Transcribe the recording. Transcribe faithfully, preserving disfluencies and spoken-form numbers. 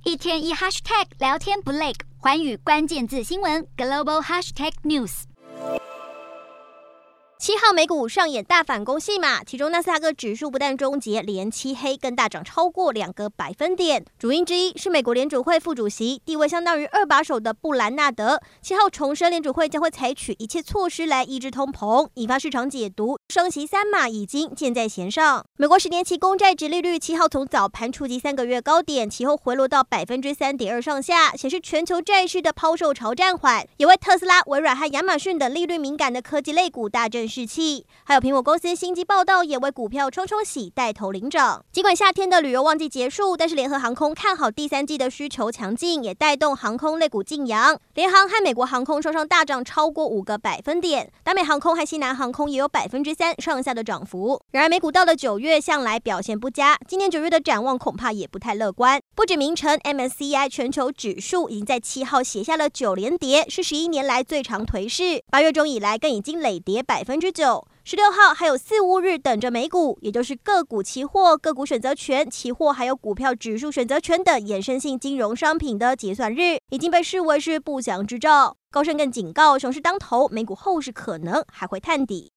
一天一 hashtag 聊天不累，寰宇关键字新闻 global hashtag news。 七号美股上演大反攻戏码，其中纳斯达克指数不但终结连七黑，更大涨超过两个百分点。主因之一是美国联储会副主席，地位相当于二把手的布兰纳德，七号重申联储会将会采取一切措施来抑制通膨，引发市场解读升息三码已经箭在弦上。美国十年期公债殖利率七号从早盘触及三个月高点，其后回落到百分之三点二上下，显示全球债市的抛售潮暂缓，也为特斯拉、微软和亚马逊等利率敏感的科技类股大振士气。还有苹果公司新机报道也为股票冲冲喜，带头领涨。尽管夏天的旅游旺季结束，但是联合航空看好第三季的需求强劲，也带动航空类股劲扬。联航和美国航空双双大涨超过五个百分点，达美航空和西南航空也有百分之三上下的涨幅。然而美股到了九月向来表现不佳，今年九月的展望恐怕也不太乐观。不止名城 M S C I 全球指数已经在七号写下了九连跌，是十一年来最长颓势。八月中以来更已经累跌百分之九。十六号还有四乌日等着美股，也就是个股期货、个股选择权、期货还有股票指数选择权等衍生性金融商品的结算日，已经被视为是不祥之兆。高盛更警告，熊市当头，美股后市可能还会探底。